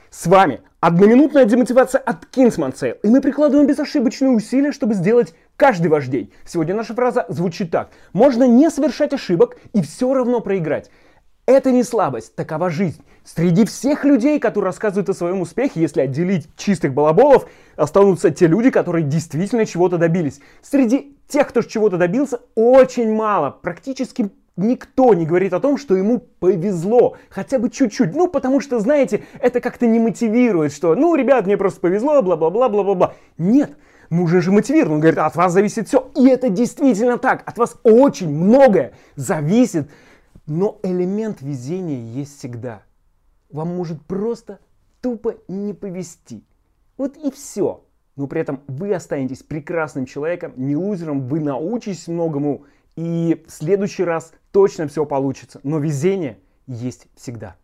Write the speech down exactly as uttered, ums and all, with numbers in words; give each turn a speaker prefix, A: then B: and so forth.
A: С вами одноминутная демотивация от Kingsman Sale, и мы прикладываем безошибочные усилия, чтобы сделать каждый ваш день. Сегодня наша фраза звучит так: можно не совершать ошибок и все равно проиграть. Это не слабость, такова жизнь. Среди всех людей, которые рассказывают о своем успехе, если отделить чистых балаболов, останутся те люди, которые действительно чего-то добились. Среди тех, кто чего-то добился, очень мало, практически никто не говорит о том, что ему повезло, хотя бы чуть-чуть. Ну, потому что, знаете, это как-то не мотивирует, что, ну, ребят, мне просто повезло, бла-бла-бла, бла-бла-бла. Нет, нужно же мотивировать. Он говорит, от вас зависит все. И это действительно так. От вас очень многое зависит. Но элемент везения есть всегда. Вам может просто тупо не повезти. Вот и все. Но при этом вы останетесь прекрасным человеком, не лузером, вы научитесь многому, и в следующий раз точно все получится. Но везение есть всегда.